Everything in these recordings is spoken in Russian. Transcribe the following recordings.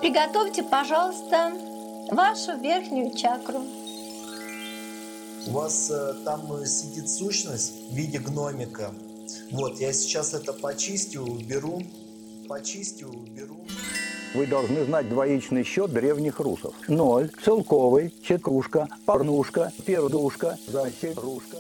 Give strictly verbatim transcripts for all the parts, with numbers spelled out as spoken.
Приготовьте, пожалуйста, вашу верхнюю чакру. У вас э, там сидит сущность в виде гномика. Вот, я сейчас это почистю, уберу, почистю, уберу. Вы должны знать двоичный счет древних русов. Ноль, целковый, четкушка, порнушка, пердушка, засерушка.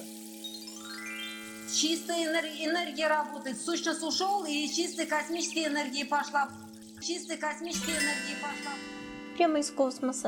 Чистая энергия, энергия работает. Сущность ушел, и чистая космическая энергия пошла. Чистая космическая энергия пошла. Прямо из космоса.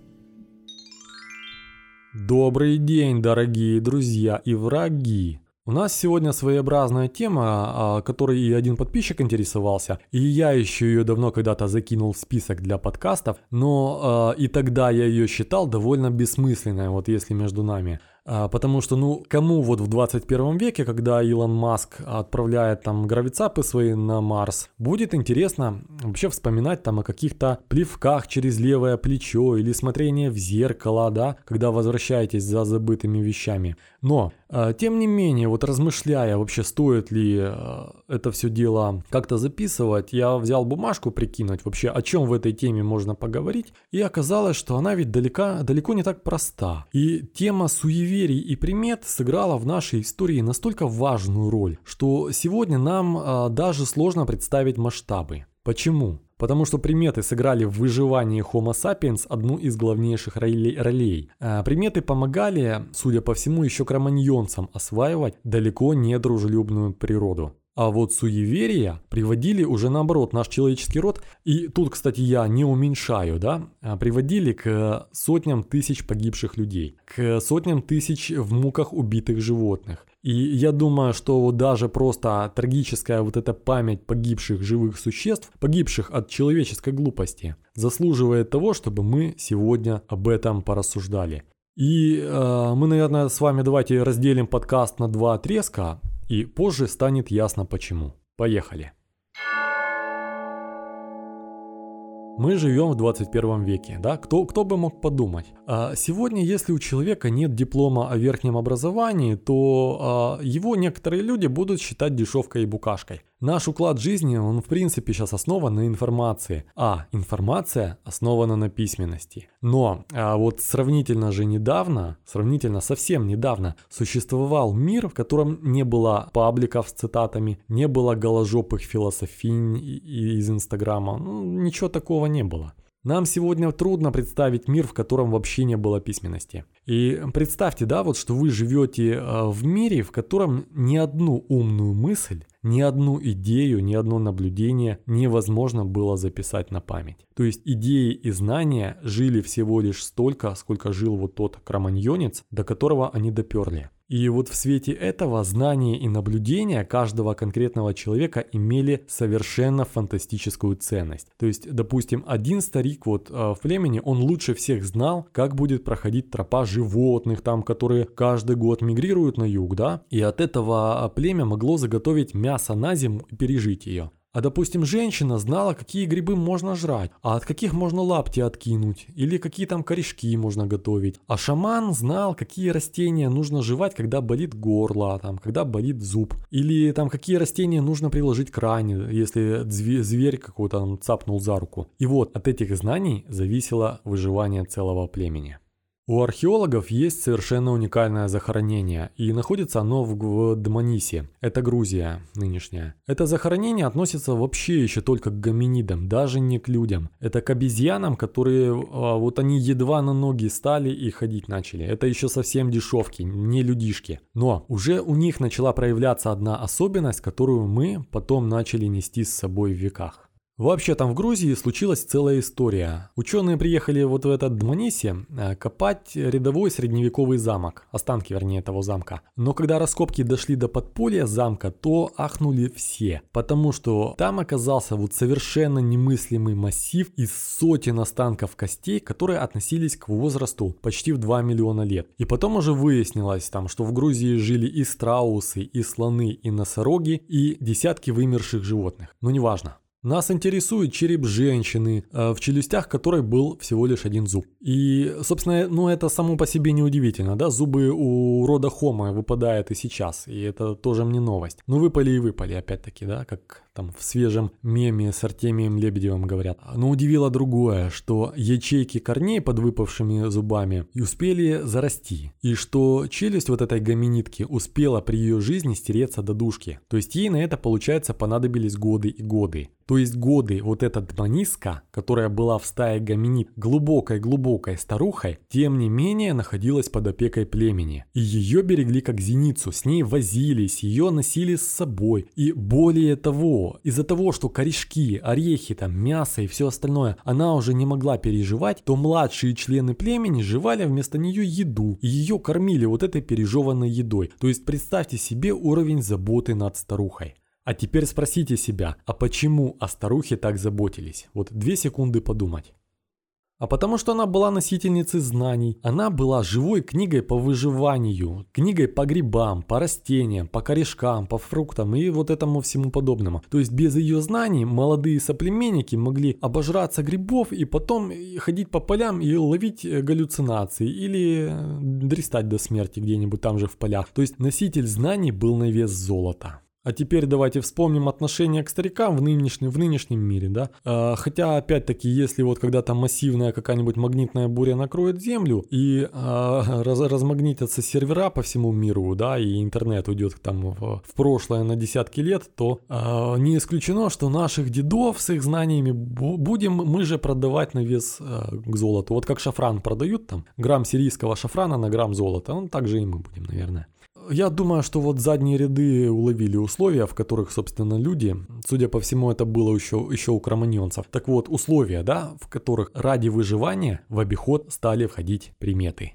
Добрый день, дорогие друзья и враги! У нас сегодня своеобразная тема, которой и один подписчик интересовался, и я еще ее давно когда-то закинул в список для подкастов, но и тогда я ее считал довольно бессмысленной, вот если между нами. Потому что, ну, кому вот в двадцать первом веке, когда Илон Маск отправляет там гравицапы свои на Марс, будет интересно вообще вспоминать там о каких-то плевках через левое плечо или смотрение в зеркало, да, когда возвращаетесь за забытыми вещами. Но, тем не менее, вот размышляя вообще, стоит ли это все дело как-то записывать, я взял бумажку прикинуть вообще, о чем в этой теме можно поговорить, и оказалось, что она ведь далека, далеко не так проста. И тема суеверия и примет сыграла в нашей истории настолько важную роль, что сегодня нам а, даже сложно представить масштабы. Почему? Потому что приметы сыграли в выживании Homo sapiens одну из главнейших ролей. А, приметы помогали, судя по всему, еще кроманьонцам осваивать далеко не дружелюбную природу. А вот суеверия приводили уже наоборот наш человеческий род, и тут, кстати, я не уменьшаю, да, приводили к сотням тысяч погибших людей, к сотням тысяч в муках убитых животных. И я думаю, что вот даже просто трагическая вот эта память погибших живых существ, погибших от человеческой глупости, заслуживает того, чтобы мы сегодня об этом порассуждали. И э, мы, наверное, с вами давайте разделим подкаст на два отрезка. И позже станет ясно почему. Поехали. Мы живем в двадцать первом веке, да? Кто, кто бы мог подумать? А сегодня, если у человека нет диплома о верхнем образовании, то а, его некоторые люди будут считать дешевкой и букашкой. Наш уклад жизни, он в принципе сейчас основан на информации, а информация основана на письменности. Но а вот сравнительно же недавно, сравнительно совсем недавно, существовал мир, в котором не было пабликов с цитатами, не было голожопых философинь из Инстаграма, ну, ничего такого не было. Нам сегодня трудно представить мир, в котором вообще не было письменности. И представьте, да, вот что вы живете в мире, в котором ни одну умную мысль, ни одну идею, ни одно наблюдение невозможно было записать на память. То есть идеи и знания жили всего лишь столько, сколько жил вот тот кроманьонец, до которого они доперли. И вот в свете этого знания и наблюдения каждого конкретного человека имели совершенно фантастическую ценность. То есть, допустим, один старик вот э, в племени, он лучше всех знал, как будет проходить тропа животных, там, которые каждый год мигрируют на юг, да, и от этого племя могло заготовить мясо на зиму и пережить ее. А допустим, женщина знала, какие грибы можно жрать, а от каких можно лапти откинуть, или какие там корешки можно готовить. А шаман знал, какие растения нужно жевать, когда болит горло, там, когда болит зуб. Или там, какие растения нужно приложить к ране, если зверь какой-то там цапнул за руку. И вот от этих знаний зависело выживание целого племени. У археологов есть совершенно уникальное захоронение, и находится оно в, в Дманисе. Это Грузия нынешняя. Это захоронение относится вообще еще только к гоминидам, даже не к людям. Это к обезьянам, которые вот они едва на ноги стали и ходить начали. Это еще совсем дешевки, не людишки. Но уже у них начала проявляться одна особенность, которую мы потом начали нести с собой в веках. Вообще там в Грузии случилась целая история. Ученые приехали вот в этот Дманисе копать рядовой средневековый замок, останки вернее того замка. Но когда раскопки дошли до подполья замка, то ахнули все, потому что там оказался вот совершенно немыслимый массив из сотен останков костей, которые относились к возрасту почти в два миллиона лет. И потом уже выяснилось там, что в Грузии жили и страусы, и слоны, и носороги, и десятки вымерших животных. Но неважно. Нас интересует череп женщины, в челюстях которой был всего лишь один зуб. И, собственно, ну это само по себе неудивительно, да, зубы у рода Homo выпадают и сейчас, и это тоже мне новость. Ну выпали и выпали, опять-таки, да, как там там в свежем меме с Артемием Лебедевым говорят. Но удивило другое, что ячейки корней под выпавшими зубами и успели зарасти. И что челюсть вот этой гоминидки успела при ее жизни стереться до дужки. То есть ей на это, получается, понадобились годы и годы. То есть годы вот эта дманиска, которая была в стае гоминид глубокой-глубокой старухой, тем не менее находилась под опекой племени. И ее берегли как зеницу, с ней возились, ее носили с собой. И более того, из-за того, что корешки, орехи, там, мясо и все остальное она уже не могла переживать, то младшие члены племени жевали вместо нее еду. И ее кормили вот этой пережеванной едой. То есть представьте себе уровень заботы над старухой. А теперь спросите себя, а почему о старухе так заботились? Вот две секунды подумать. А потому что она была носительницей знаний. Она была живой книгой по выживанию, книгой по грибам, по растениям, по корешкам, по фруктам и вот этому всему подобному. То есть без ее знаний молодые соплеменники могли обожраться грибов и потом ходить по полям и ловить галлюцинации или дрестать до смерти где-нибудь там же в полях. То есть носитель знаний был на вес золота. А теперь давайте вспомним отношение к старикам в нынешнем, в нынешнем мире, да. А, хотя, опять-таки, если вот когда-то массивная какая-нибудь магнитная буря накроет Землю и а, раз, размагнитятся сервера по всему миру, да, и интернет уйдет там в, в прошлое на десятки лет, то а, не исключено, что наших дедов с их знаниями будем мы же продавать на вес а, к золоту. Вот как шафран продают, там, грамм сирийского шафрана на грамм золота, ну, так же и мы будем, наверное. Я думаю, что вот задние ряды уловили условия, в которых, собственно, люди, судя по всему, это было еще, еще у кроманьонцев. Так вот, условия, да, в которых ради выживания в обиход стали входить приметы.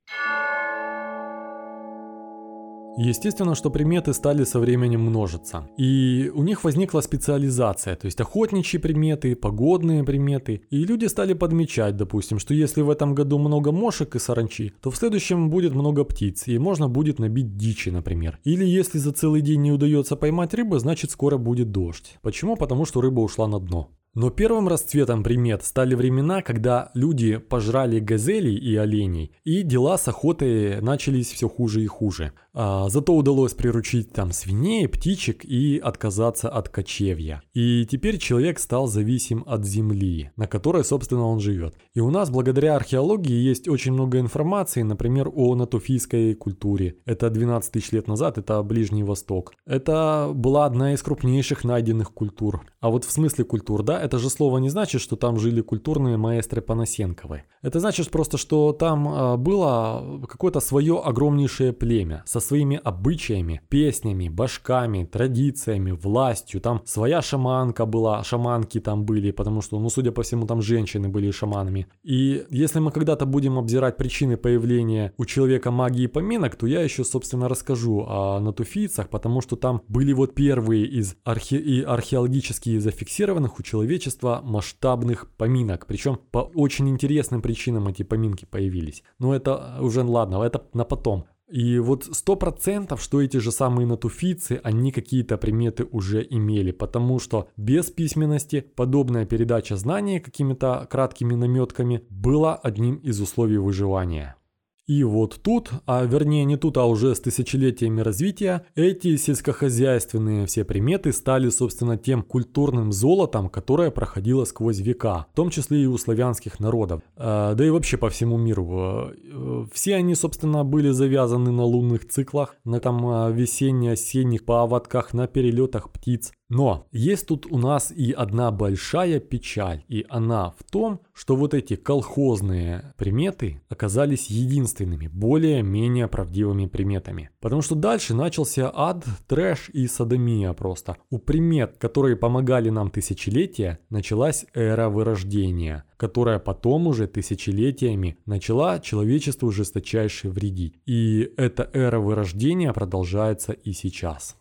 Естественно, что приметы стали со временем множиться. И у них возникла специализация, то есть охотничьи приметы, погодные приметы. И люди стали подмечать, допустим, что если в этом году много мошек и саранчи, то в следующем будет много птиц, и можно будет набить дичи, например. Или если за целый день не удается поймать рыбу, значит скоро будет дождь. Почему? Потому что рыба ушла на дно. Но первым расцветом примет стали времена, когда люди пожрали газелей и оленей, и дела с охотой начались все хуже и хуже. А, зато удалось приручить там свиней, птичек и отказаться от кочевья. И теперь человек стал зависим от земли, на которой, собственно, он живет. И у нас благодаря археологии есть очень много информации, например, о натуфийской культуре. Это двенадцать тысяч лет назад, это Ближний Восток. Это была одна из крупнейших найденных культур. А вот в смысле культур, да, это же слово не значит, что там жили культурные маэстры Панасенковы. Это значит просто, что там а, было какое-то свое огромнейшее племя со своими обычаями, песнями, башками, традициями, властью. Там своя шаманка была, шаманки там были, потому что, ну, судя по всему, там женщины были шаманами. И если мы когда-то будем обзирать причины появления у человека магии поминок, то я еще, собственно, расскажу о натуфийцах, потому что там были вот первые из архе- и археологически зафиксированных у человечества масштабных поминок. Причем по очень интересным причинам эти поминки появились. Но это уже ладно, это на потом. И вот сто процентов, что эти же самые натуфийцы, они какие-то приметы уже имели, потому что без письменности подобная передача знаний какими-то краткими наметками была одним из условий выживания. И вот тут, а вернее не тут, а уже с тысячелетиями развития, эти сельскохозяйственные все приметы стали, собственно, тем культурным золотом, которое проходило сквозь века, в том числе и у славянских народов, да и вообще по всему миру. Все они, собственно, были завязаны на лунных циклах, на там весенне-осенних паводках, на перелетах птиц. Но есть тут у нас и одна большая печаль, и она в том, что вот эти колхозные приметы оказались единственными, более-менее правдивыми приметами. Потому что дальше начался ад, трэш и содомия просто. У примет, которые помогали нам тысячелетия, началась эра вырождения, которая потом уже тысячелетиями начала человечеству жесточайше вредить. И эта эра вырождения продолжается и сейчас.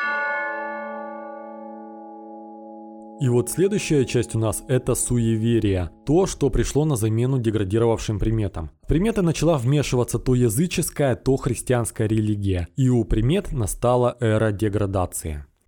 И вот следующая часть у нас это суеверие, то, что пришло на замену деградировавшим приметам. В приметы начала вмешиваться то языческая, то христианская религия, и у примет настала эра деградации.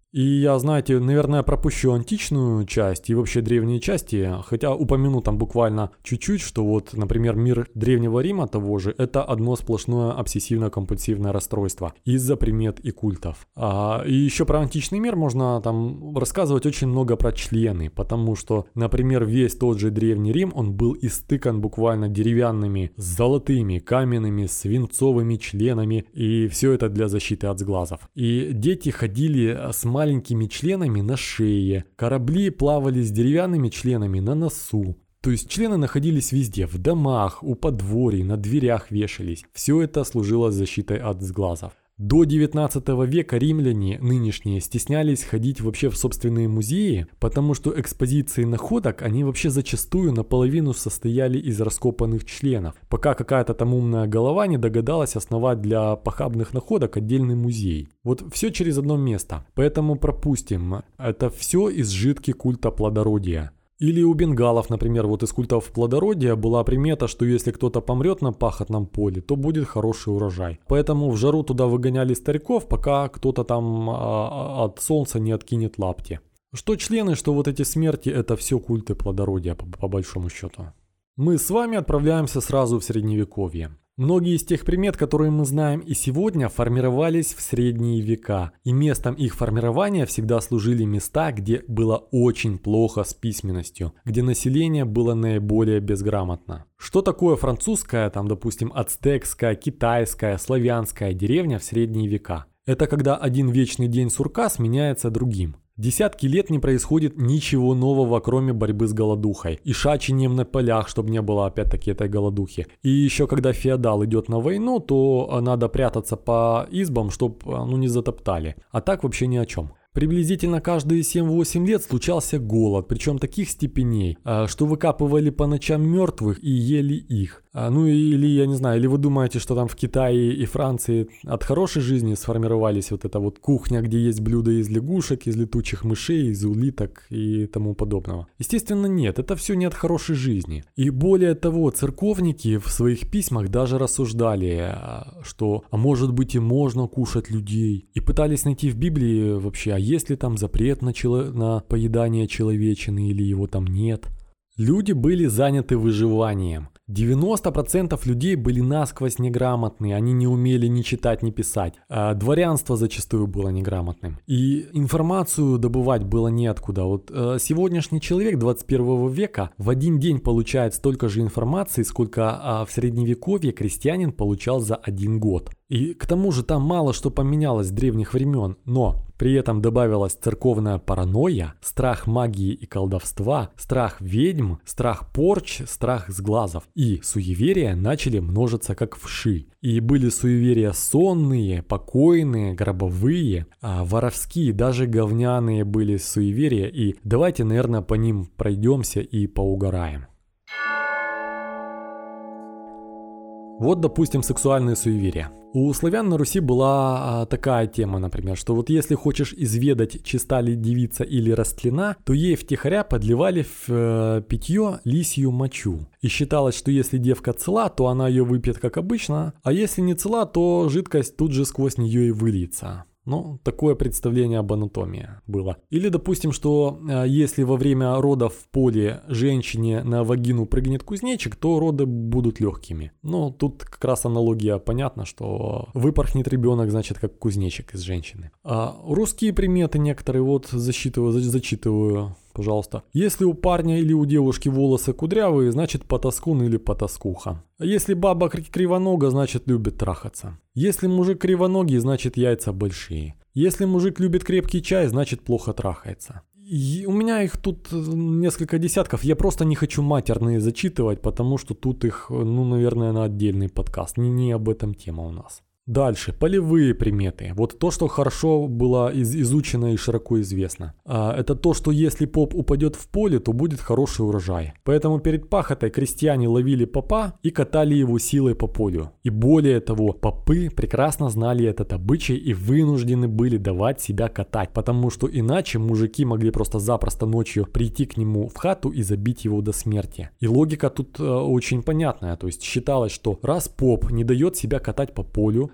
И я, знаете, наверное, пропущу античную часть и вообще древние части, хотя упомяну там буквально чуть-чуть, что вот, например, мир Древнего Рима того же, это одно сплошное обсессивно-компульсивное расстройство из-за примет и культов. А, и еще про античный мир можно там рассказывать очень много про члены, потому что, например, весь тот же Древний Рим, он был истыкан буквально деревянными, золотыми, каменными, свинцовыми членами, и все это для защиты от сглазов. И дети ходили с маленькими маленькими членами на шее, корабли плавали с деревянными членами на носу. То есть члены находились везде, в домах, у подворий, на дверях вешались. Все это служило защитой от сглазов. До девятнадцатого века римляне нынешние стеснялись ходить вообще в собственные музеи, потому что экспозиции находок, они вообще зачастую наполовину состояли из раскопанных членов, пока какая-то там умная голова не догадалась основать для похабных находок отдельный музей. Вот все через одно место, поэтому пропустим. Это все изжитки культа плодородия. Или у бенгалов, например, вот из культов плодородия была примета, что если кто-то помрет на пахотном поле, то будет хороший урожай. Поэтому в жару туда выгоняли стариков, пока кто-то там а, от солнца не откинет лапти. Что члены, что вот эти смерти, это все культы плодородия по, по большому счету. Мы с вами отправляемся сразу в Средневековье. Многие из тех примет, которые мы знаем и сегодня, формировались в средние века, и местом их формирования всегда служили места, где было очень плохо с письменностью, где население было наиболее безграмотно. Что такое французская, там, допустим, ацтекская, китайская, славянская деревня в средние века? Это когда один вечный день сурка сменяется другим. Десятки лет не происходит ничего нового, кроме борьбы с голодухой и шачением на полях, чтобы не было опять-таки этой голодухи. И еще когда феодал идет на войну, то надо прятаться по избам, чтобы ну, не затоптали. А так вообще ни о чем. Приблизительно каждые семь-восемь лет случался голод, причем таких степеней, что выкапывали по ночам мертвых и ели их. Ну или, я не знаю, или вы думаете, что там в Китае и Франции от хорошей жизни сформировались вот эта вот кухня, где есть блюда из лягушек, из летучих мышей, из улиток и тому подобного? Естественно, нет, это все не от хорошей жизни. И более того, церковники в своих письмах даже рассуждали, что, а может быть и можно кушать людей. И пытались найти в Библии вообще, а есть ли там запрет на, чело- на поедание человечины или его там нет. Люди были заняты выживанием. девяносто процентов людей были насквозь неграмотны, они не умели ни читать, ни писать. А дворянство зачастую было неграмотным. И информацию добывать было неоткуда. Вот э, сегодняшний человек двадцать первого века в один день получает столько же информации, сколько э, в средневековье крестьянин получал за один год. И к тому же там мало что поменялось с древних времен, но при этом добавилась церковная паранойя, страх магии и колдовства, страх ведьм, страх порч, страх сглазов. И суеверия начали множиться как вши. И были суеверия сонные, покойные, гробовые, а воровские, даже говняные были суеверия. И давайте, наверное, по ним пройдемся и поугараем. Вот, допустим, сексуальные суеверия. У славян на Руси была а, такая тема, например, что вот если хочешь изведать, чиста ли девица или растлена, то ей втихаря подливали в э, питье лисью мочу. И считалось, что если девка цела, то она ее выпьет как обычно, а если не цела, то жидкость тут же сквозь нее и выльется. Ну, такое представление об анатомии было. Или, допустим, что э, если во время родов в поле женщине на вагину прыгнет кузнечик, то роды будут легкими. Ну, тут как раз аналогия понятна, что выпорхнет ребенок, значит, как кузнечик из женщины. А русские приметы некоторые, вот засчитываю, зачитываю. Пожалуйста. Если у парня или у девушки волосы кудрявые, значит потаскун или потаскуха. Если баба кривонога, значит любит трахаться. Если мужик кривоногий, значит яйца большие. Если мужик любит крепкий чай, значит плохо трахается. И у меня их тут несколько десятков. Я просто не хочу матерные зачитывать, потому что тут их, ну, наверное, на отдельный подкаст. Не, не об этом тема у нас. Дальше, полевые приметы. Вот то, что хорошо было из- изучено и широко известно. А, это то, что если поп упадет в поле, то будет хороший урожай. Поэтому перед пахотой крестьяне ловили попа и катали его силой по полю. И более того, попы прекрасно знали этот обычай и вынуждены были давать себя катать, потому что иначе мужики могли просто-запросто ночью прийти к нему в хату и забить его до смерти. И логика тут э, очень понятная. То есть считалось, что раз поп не дает себя катать по полю,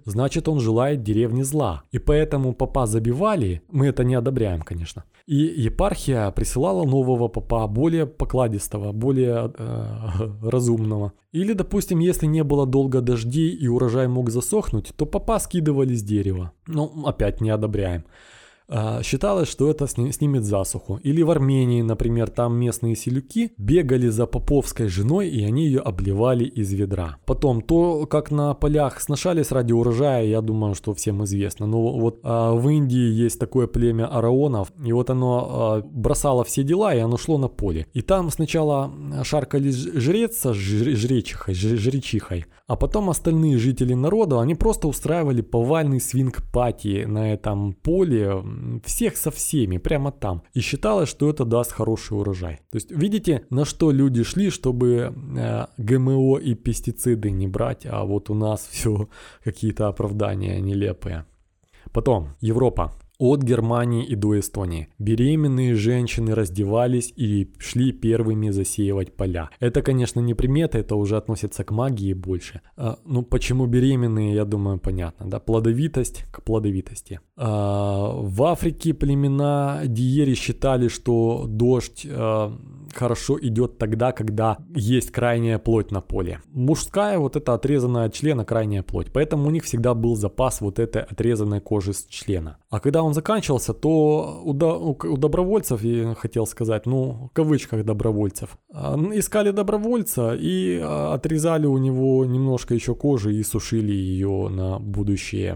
значит он желает деревне зла. И поэтому попа забивали, мы это не одобряем, конечно. И епархия присылала нового попа, более покладистого, более э, разумного. Или, допустим, если не было долго дождей и урожай мог засохнуть, то попа скидывали с дерева. Ну, опять не одобряем. Считалось, что это снимет засуху. Или в Армении, например, там местные селюки бегали за поповской женой, и они ее обливали из ведра. Потом, то, как на полях сношались ради урожая, я думаю, что всем известно. Но вот а, в Индии есть такое племя араонов, и вот оно а, бросало все дела, и оно шло на поле. И там сначала шаркали жрец со жречихой, жречихой, а потом остальные жители народа, они просто устраивали повальный свинг-пати на этом поле, всех со всеми, прямо там. И считалось, что это даст хороший урожай. То есть, видите, на что люди шли, чтобы э, ГМО и пестициды не брать, а вот у нас все какие-то оправдания нелепые. Потом, Европа. От Германии и до Эстонии. Беременные женщины раздевались и шли первыми засеивать поля. Это, конечно, не примета, это уже относится к магии больше. А, ну, почему беременные, я думаю, понятно. Да? Плодовитость к плодовитости. А, в Африке племена Диери считали, что дождь а, хорошо идет тогда, когда есть крайняя плоть на поле. Мужская, вот эта отрезанная от члена крайняя плоть. Поэтому у них всегда был запас вот этой отрезанной кожи с члена. А когда он заканчивался, то у, до, у добровольцев, я хотел сказать, ну, в кавычках добровольцев, искали добровольца и отрезали у него немножко еще кожи и сушили ее на будущие,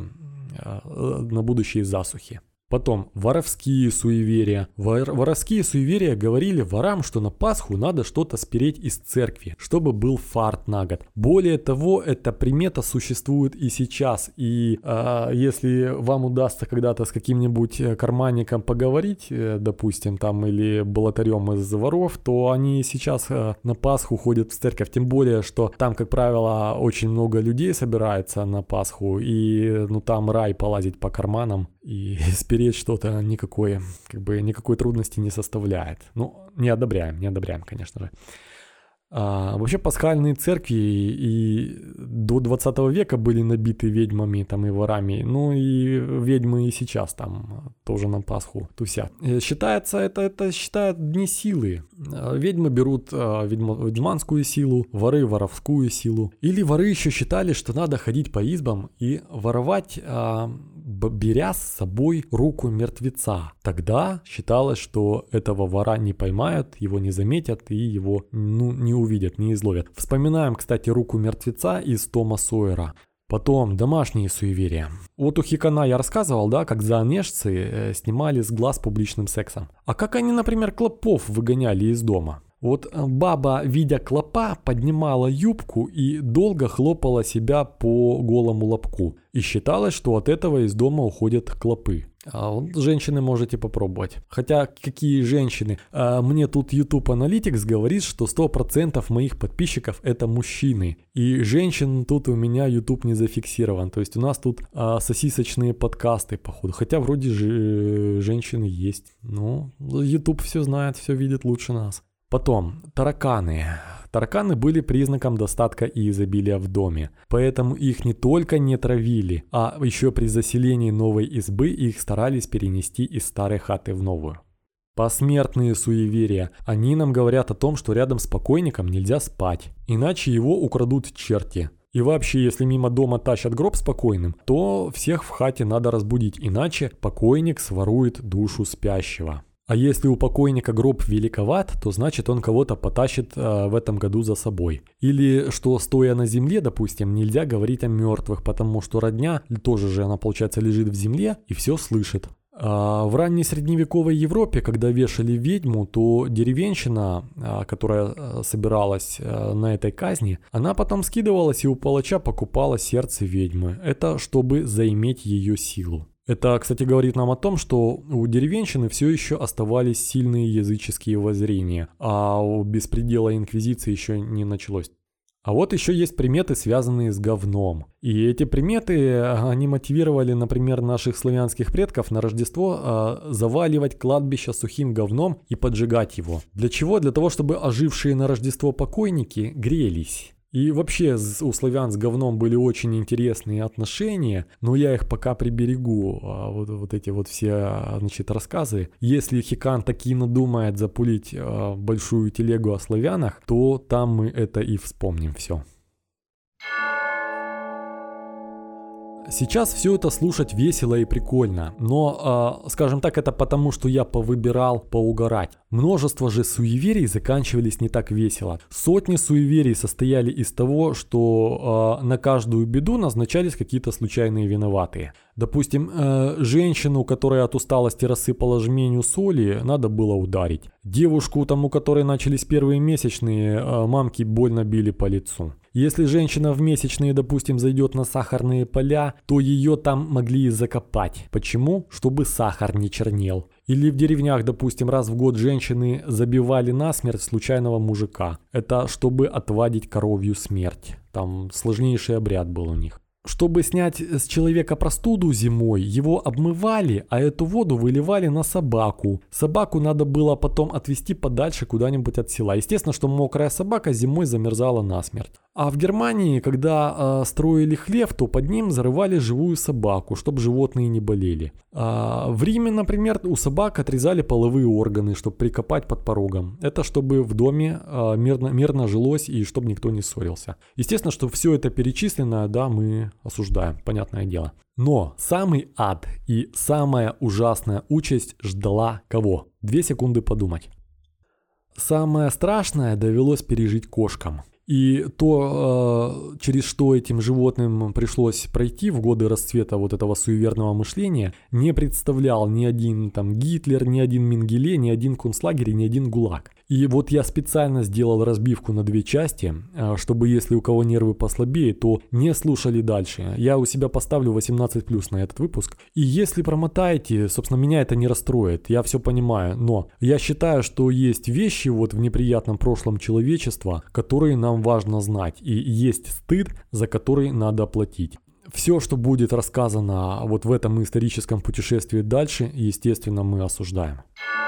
на будущие засухи. Потом, воровские суеверия. Вор, воровские суеверия говорили ворам, что на Пасху надо что-то спереть из церкви, чтобы был фарт на год. Более того, эта примета существует и сейчас. И э, если вам удастся когда-то с каким-нибудь карманником поговорить, э, допустим, там, или болотарем из воров, то они сейчас э, на Пасху ходят в церковь. Тем более, что там, как правило, очень много людей собирается на Пасху, и ну там рай полазить по карманам и спереть что-то никакой, как бы, никакой трудности не составляет. Ну, не одобряем, не одобряем, конечно же. А, вообще пасхальные церкви и до двадцатого века были набиты ведьмами там, и ворами. Ну и ведьмы и сейчас там тоже на Пасху тусят. Считается, это, это считают дни силы. Ведьмы берут а, ведьма, ведьманскую силу, воры воровскую силу. Или воры еще считали, что надо ходить по избам и воровать, а, беря с собой руку мертвеца. Тогда считалось, что этого вора не поймают, его не заметят и его ну, не увидят, не изловят. Вспоминаем, кстати, руку мертвеца из Тома Сойера. Потом домашние суеверия. Вот у Хикана я рассказывал, да, как заонежцы э, снимали с глаз публичным сексом. А как они, например, клопов выгоняли из дома? Вот баба, видя клопа, поднимала юбку и долго хлопала себя по голому лобку. И считалось, что от этого из дома уходят клопы. А вот женщины можете попробовать. Хотя какие женщины? А мне тут YouTube Analytics говорит, что сто процентов моих подписчиков это мужчины. И женщин тут у меня YouTube не зафиксирован. То есть у нас тут а, сосисочные подкасты, походу. Хотя вроде же женщины есть. Но YouTube все знает, все видит лучше нас. Потом, тараканы. Тараканы были признаком достатка и изобилия в доме, поэтому их не только не травили, а еще при заселении новой избы их старались перенести из старой хаты в новую. Посмертные суеверия. Они нам говорят о том, что рядом с покойником нельзя спать, иначе его украдут черти. И вообще, если мимо дома тащат гроб с покойным, то всех в хате надо разбудить, иначе покойник сворует душу спящего. А если у покойника гроб великоват, то значит он кого-то потащит э, в этом году за собой. Или что стоя на земле, допустим, нельзя говорить о мертвых, потому что родня, тоже же она, получается, лежит в земле и все слышит. А в ранней средневековой Европе, когда вешали ведьму, то деревенщина, которая собиралась на этой казни, она потом скидывалась и у палача покупала сердце ведьмы. Это чтобы заиметь ее силу. Это, кстати, говорит нам о том, что у деревенщины все еще оставались сильные языческие воззрения, а у беспредела инквизиции еще не началось. А вот еще есть приметы, связанные с говном. И эти приметы, они мотивировали, например, наших славянских предков на Рождество э, заваливать кладбище сухим говном и поджигать его. Для чего? Для того, чтобы ожившие на Рождество покойники грелись. И вообще у славян с говном были очень интересные отношения, но я их пока приберегу, вот, вот эти вот все, значит, рассказы. Если Хикан таки надумает запулить большую телегу о славянах, то там мы это и вспомним все. Сейчас все это слушать весело и прикольно, но, э, скажем так, это потому, что я повыбирал поугарать. Множество же суеверий заканчивались не так весело. Сотни суеверий состояли из того, что э, на каждую беду назначались какие-то случайные виноватые. Допустим, э, женщину, которая от усталости рассыпала жменю соли, надо было ударить. Девушку, там, у которой начались первые месячные, э, мамки больно били по лицу. Если женщина в месячные, допустим, зайдет на сахарные поля, то ее там могли закопать. Почему? Чтобы сахар не чернел. Или в деревнях, допустим, раз в год женщины забивали насмерть случайного мужика. Это чтобы отвадить коровью смерть. Там сложнейший обряд был у них. Чтобы снять с человека простуду зимой, его обмывали, а эту воду выливали на собаку. Собаку надо было потом отвезти подальше куда-нибудь от села. Естественно, что мокрая собака зимой замерзала насмерть. А в Германии, когда э, строили хлев, то под ним зарывали живую собаку, чтобы животные не болели. А в Риме, например, у собак отрезали половые органы, чтобы прикопать под порогом. Это чтобы в доме э, мирно, мирно жилось и чтобы никто не ссорился. Естественно, что все это перечисленное, да, мы осуждаем, понятное дело. Но самый ад и самая ужасная участь ждала кого? Две секунды подумать. Самое страшное довелось пережить кошкам. И то, э, через что этим животным пришлось пройти в годы расцвета вот этого суеверного мышления, не представлял ни один там Гитлер, ни один Менгеле, ни один концлагерь, ни один ГУЛАГ. И вот я специально сделал разбивку на две части, э, чтобы если у кого нервы послабее, то не слушали дальше. Я у себя поставлю восемнадцать плюс на этот выпуск. И если промотаете, собственно, меня это не расстроит, я все понимаю. Но я считаю, что есть вещи вот в неприятном прошлом человечества, которые нам важно знать, и есть стыд, за который надо платить. Все, что будет рассказано вот в этом историческом путешествии дальше, естественно, мы осуждаем.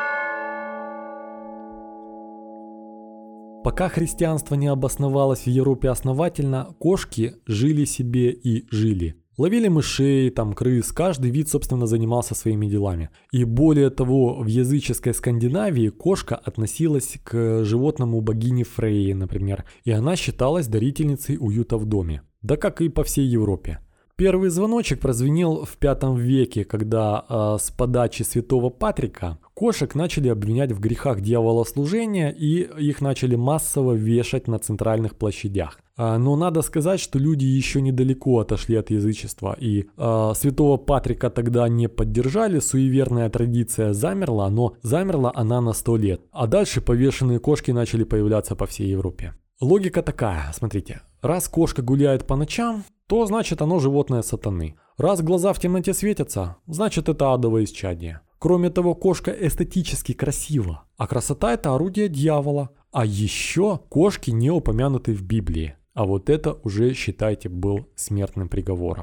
Пока христианство не обосновалось в Европе основательно, кошки жили себе и жили. Ловили мышей, там крыс, каждый вид, собственно, занимался своими делами. И более того, в языческой Скандинавии кошка относилась к животному богине Фрейи, например, и она считалась дарительницей уюта в доме. Да как и по всей Европе. Первый звоночек прозвенел в пятом веке, когда э, с подачи святого Патрика кошек начали обвинять в грехах дьяволослужения и их начали массово вешать на центральных площадях. А, но надо сказать, что люди еще недалеко отошли от язычества, и э, святого Патрика тогда не поддержали, суеверная традиция замерла, но замерла она на сто лет. А дальше повешенные кошки начали появляться по всей Европе. Логика такая, смотрите, раз кошка гуляет по ночам, то значит оно животное сатаны. Раз глаза в темноте светятся, значит это адово исчадие. Кроме того, кошка эстетически красива, а красота это орудие дьявола. А еще кошки не упомянуты в Библии, а вот это уже, считайте, был смертным приговором.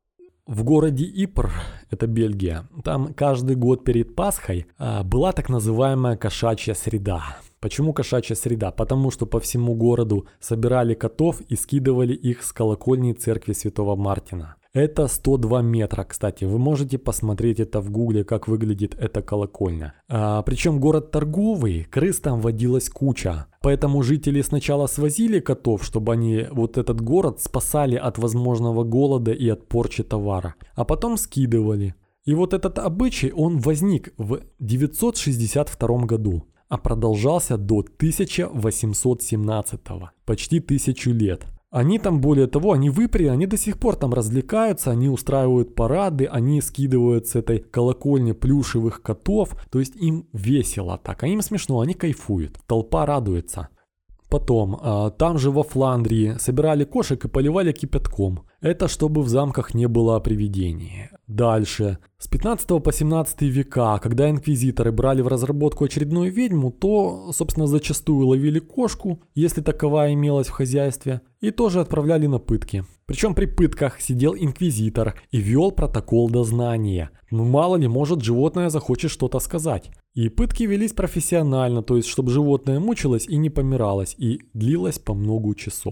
В городе Ипр, это Бельгия, там каждый год перед Пасхой а, была так называемая кошачья среда. Почему кошачья среда? Потому что по всему городу собирали котов и скидывали их с колокольни церкви Святого Мартина. Это сто два метра, кстати. Вы можете посмотреть это в гугле, как выглядит эта колокольня. А, причем город торговый, крыс там водилась куча. Поэтому жители сначала свозили котов, чтобы они вот этот город спасали от возможного голода и от порчи товара. А потом скидывали. И вот этот обычай, он возник в девятьсот шестьдесят втором году. А продолжался до тысяча восемьсот семнадцатого, почти тысячу лет. Они там, более того, они в Ипре, они до сих пор там развлекаются, они устраивают парады, они скидывают с этой колокольни плюшевых котов, то есть им весело так, а им смешно, они кайфуют, толпа радуется. Потом, там же во Фландрии собирали кошек и поливали кипятком. Это чтобы в замках не было привидений. Дальше. С пятнадцатого по семнадцатый века, когда инквизиторы брали в разработку очередную ведьму, то, собственно, зачастую ловили кошку, если таковая имелась в хозяйстве, и тоже отправляли на пытки. Причем при пытках сидел инквизитор и вел протокол дознания. Ну мало ли, может животное захочет что-то сказать. И пытки велись профессионально, то есть чтобы животное мучилось и не помиралось, и длилось по много часов.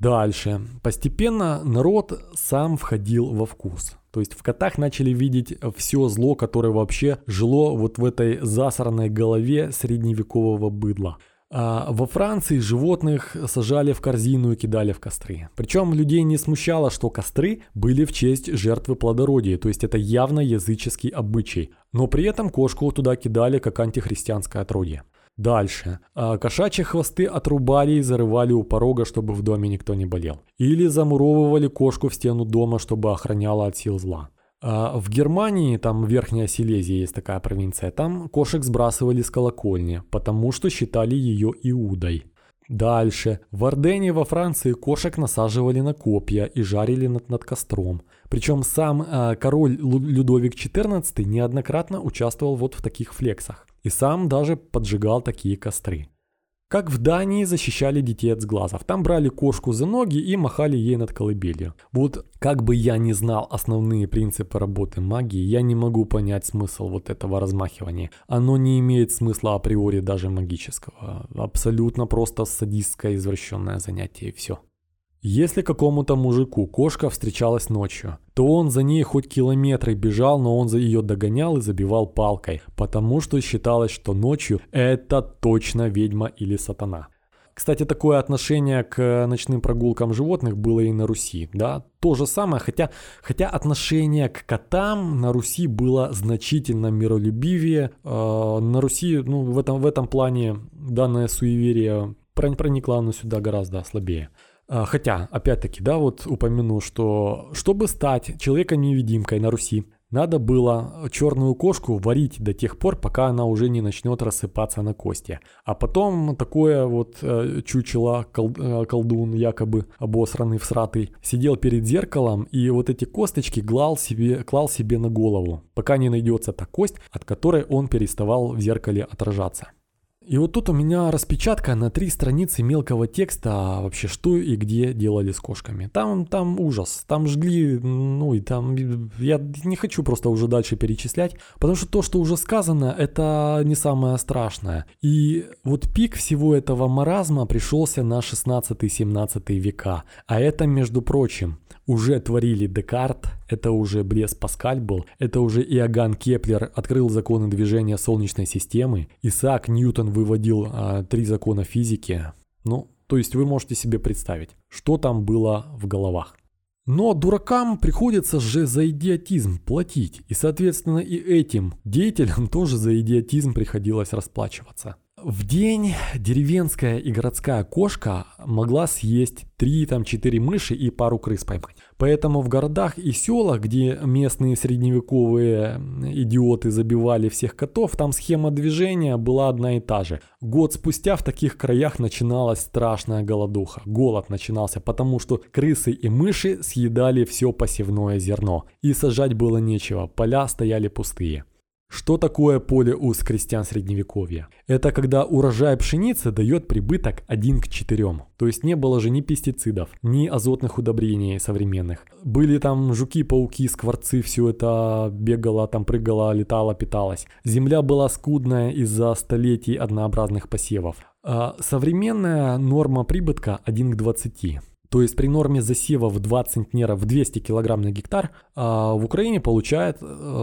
Дальше. Постепенно народ сам входил во вкус. То есть в котах начали видеть все зло, которое вообще жило вот в этой засранной голове средневекового быдла. А во Франции животных сажали в корзину и кидали в костры. Причем людей не смущало, что костры были в честь жертвы плодородия, то есть это явно языческий обычай. Но при этом кошку туда кидали как антихристианское отродье. Дальше. Кошачьи хвосты отрубали и зарывали у порога, чтобы в доме никто не болел. Или замуровывали кошку в стену дома, чтобы охраняла от сил зла. В Германии, там Верхняя Силезия есть такая провинция, там кошек сбрасывали с колокольни, потому что считали ее Иудой. Дальше. В Арденне во Франции кошек насаживали на копья и жарили над, над костром. Причем сам э, король Людовик четырнадцатый неоднократно участвовал вот в таких флексах. И сам даже поджигал такие костры. Как в Дании защищали детей от сглазов. Там брали кошку за ноги и махали ей над колыбелью. Вот как бы я не знал основные принципы работы магии, я не могу понять смысл вот этого размахивания. Оно не имеет смысла априори даже магического. Абсолютно просто садистское извращенное занятие и все. Если какому-то мужику кошка встречалась ночью, то он за ней хоть километры бежал, но он за ее догонял и забивал палкой, потому что считалось, что ночью это точно ведьма или сатана. Кстати, такое отношение к ночным прогулкам животных было и на Руси, да, то же самое, хотя, хотя отношение к котам на Руси было значительно миролюбивее. Э, на Руси, ну, в этом, в этом плане данное суеверие проникло оно сюда гораздо слабее. Хотя, опять-таки, да, вот упомяну, что чтобы стать человеком-невидимкой на Руси, надо было черную кошку варить до тех пор, пока она уже не начнет рассыпаться на кости. А потом такое вот чучело, кол- колдун якобы обосранный, всратый, сидел перед зеркалом и вот эти косточки клал себе, клал себе на голову, пока не найдется та кость, от которой он переставал в зеркале отражаться. И вот тут у меня распечатка на три страницы мелкого текста, вообще что и где делали с кошками. Там, там ужас, там жгли, ну и там, я не хочу просто уже дальше перечислять, потому что то, что уже сказано, это не самое страшное. И вот пик всего этого маразма пришелся на шестнадцатый-семнадцатый века, а это, между прочим, уже творили Декарт, это уже Блес Паскаль был, это уже Иоганн Кеплер открыл законы движения Солнечной системы, Исаак Ньютон выводил а, три закона физики. Ну, то есть вы можете себе представить, что там было в головах. Но дуракам приходится же за идиотизм платить, и соответственно и этим деятелям тоже за идиотизм приходилось расплачиваться. В день деревенская и городская кошка могла съесть три-четыре мыши и пару крыс поймать. Поэтому в городах и селах, где местные средневековые идиоты забивали всех котов, там схема движения была одна и та же. Год спустя в таких краях начиналась страшная голодуха. Голод начинался, потому что крысы и мыши съедали все посевное зерно. И сажать было нечего, поля стояли пустые. Что такое поле уз крестьян средневековья? Это когда урожай пшеницы дает прибыток один к четырем. То есть не было же ни пестицидов, ни азотных удобрений современных. Были там жуки, пауки, скворцы, все это бегало, там прыгало, летало, питалось. Земля была скудная из-за столетий однообразных посевов. А современная норма прибытка один к двадцати. То есть при норме засева в двадцать центнеров в двести килограмм на гектар, а в Украине получает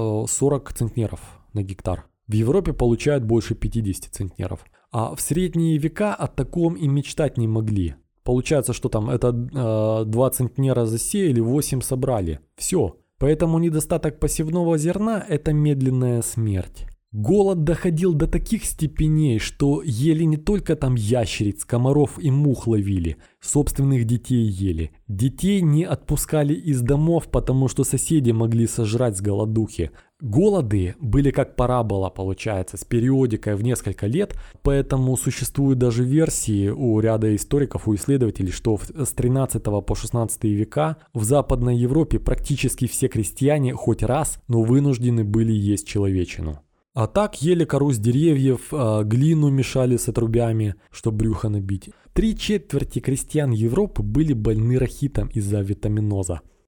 сорок центнеров на гектар. В Европе получают больше пятьдесят центнеров. А в средние века о таком и мечтать не могли. Получается, что там это э, два центнера засеяли, восемь собрали. Все. Поэтому недостаток посевного зерна – это медленная смерть. Голод доходил до таких степеней, что ели не только там ящериц, комаров и мух ловили, собственных детей ели. Детей не отпускали из домов, потому что соседи могли сожрать с голодухи. Голоды были как парабола, получается, с периодикой в несколько лет, поэтому существуют даже версии у ряда историков, у исследователей, что с тринадцатого по шестнадцатый века в Западной Европе практически все крестьяне хоть раз, но вынуждены были есть человечину. А так ели кору с деревьев, глину мешали с отрубями, чтобы брюхо набить. Три четверти крестьян Европы были больны рахитом из-за витаминоза.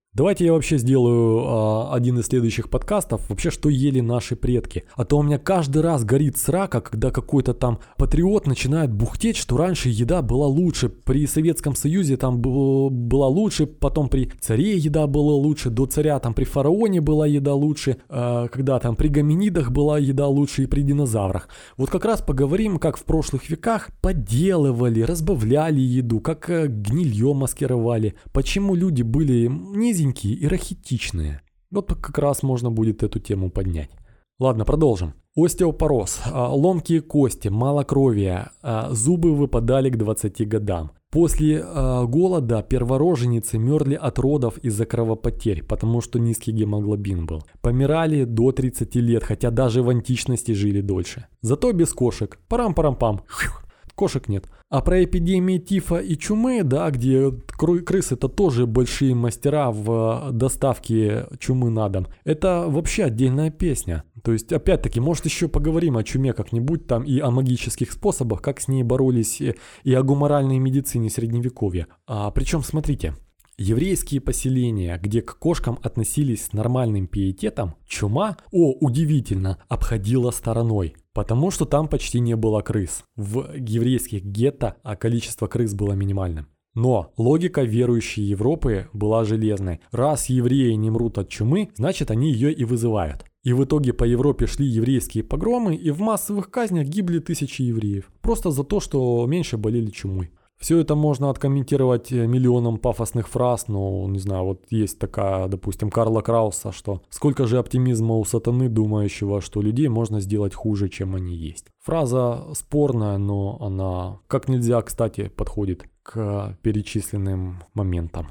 Давайте я вообще сделаю а, один из следующих подкастов, вообще, что ели наши предки. А то у меня каждый раз горит срака, когда какой-то там патриот начинает бухтеть, что раньше еда была лучше. При Советском Союзе там был, была лучше, потом при царе еда была лучше, до царя там при фараоне была еда лучше, а, когда там при гоминидах была еда лучше и при динозаврах. Вот как раз поговорим, как в прошлых веках подделывали, разбавляли еду, как а, гнилье маскировали, почему люди были низкие и рахитичные. Вот как раз можно будет эту тему поднять. Ладно, продолжим. Остеопороз, ломкие кости, малокровие, зубы выпадали к двадцати годам. После голода первороженицы мерли от родов из-за кровопотерь, потому что низкий гемоглобин был. Помирали до тридцати лет, хотя даже в античности жили дольше. Зато без кошек. Парам-парам-пам. Кошек нет. А про эпидемии тифа и чумы, да, где крысы-то тоже большие мастера в доставке чумы на дом, это вообще отдельная песня. То есть, опять-таки, может еще поговорим о чуме как-нибудь там и о магических способах, как с ней боролись, и о гуморальной медицине средневековья. А, причем, смотрите, еврейские поселения, где к кошкам относились с нормальным пиететом, чума, о, удивительно, обходила стороной. Потому что там почти не было крыс. В еврейских гетто а количество крыс было минимальным. Но логика верующей Европы была железной. Раз евреи не мрут от чумы, значит они ее и вызывают. И в итоге по Европе шли еврейские погромы, и в массовых казнях гибли тысячи евреев. Просто за то, что меньше болели чумой. Все это можно откомментировать миллионом пафосных фраз, но, не знаю, вот есть такая, допустим, Карла Крауса, что «Сколько же оптимизма у сатаны, думающего, что людей можно сделать хуже, чем они есть». Фраза спорная, но она как нельзя, кстати, подходит к перечисленным моментам.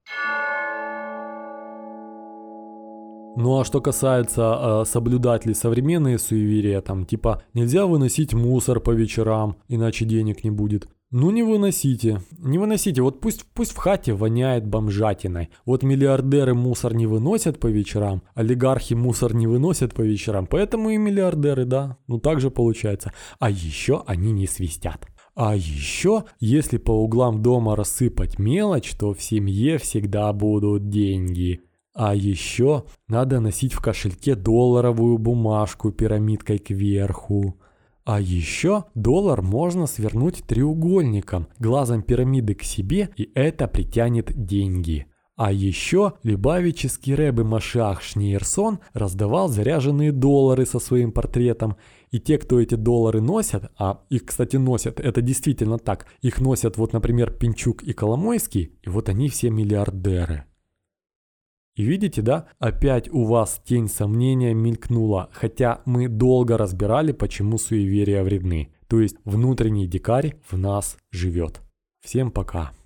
Ну а что касается э, соблюдать ли современные суеверия, там типа «Нельзя выносить мусор по вечерам, иначе денег не будет». Ну не выносите, не выносите, вот пусть, пусть в хате воняет бомжатиной. Вот миллиардеры мусор не выносят по вечерам, олигархи мусор не выносят по вечерам, поэтому и миллиардеры, да, ну так же получается. А еще они не свистят. А еще, если по углам дома рассыпать мелочь, то в семье всегда будут деньги. А еще надо носить в кошельке долларовую бумажку пирамидкой кверху. А еще доллар можно свернуть треугольником, глазом пирамиды к себе, и это притянет деньги. А еще Любавический рэбе Машиах Шниерсон раздавал заряженные доллары со своим портретом. И те, кто эти доллары носят, а их, кстати, носят, это действительно так, их носят вот, например, Пинчук и Коломойский, и вот они все миллиардеры. И видите, да, опять у вас тень сомнения мелькнула, хотя мы долго разбирали, почему суеверия вредны. То есть внутренний дикарь в нас живет. Всем пока.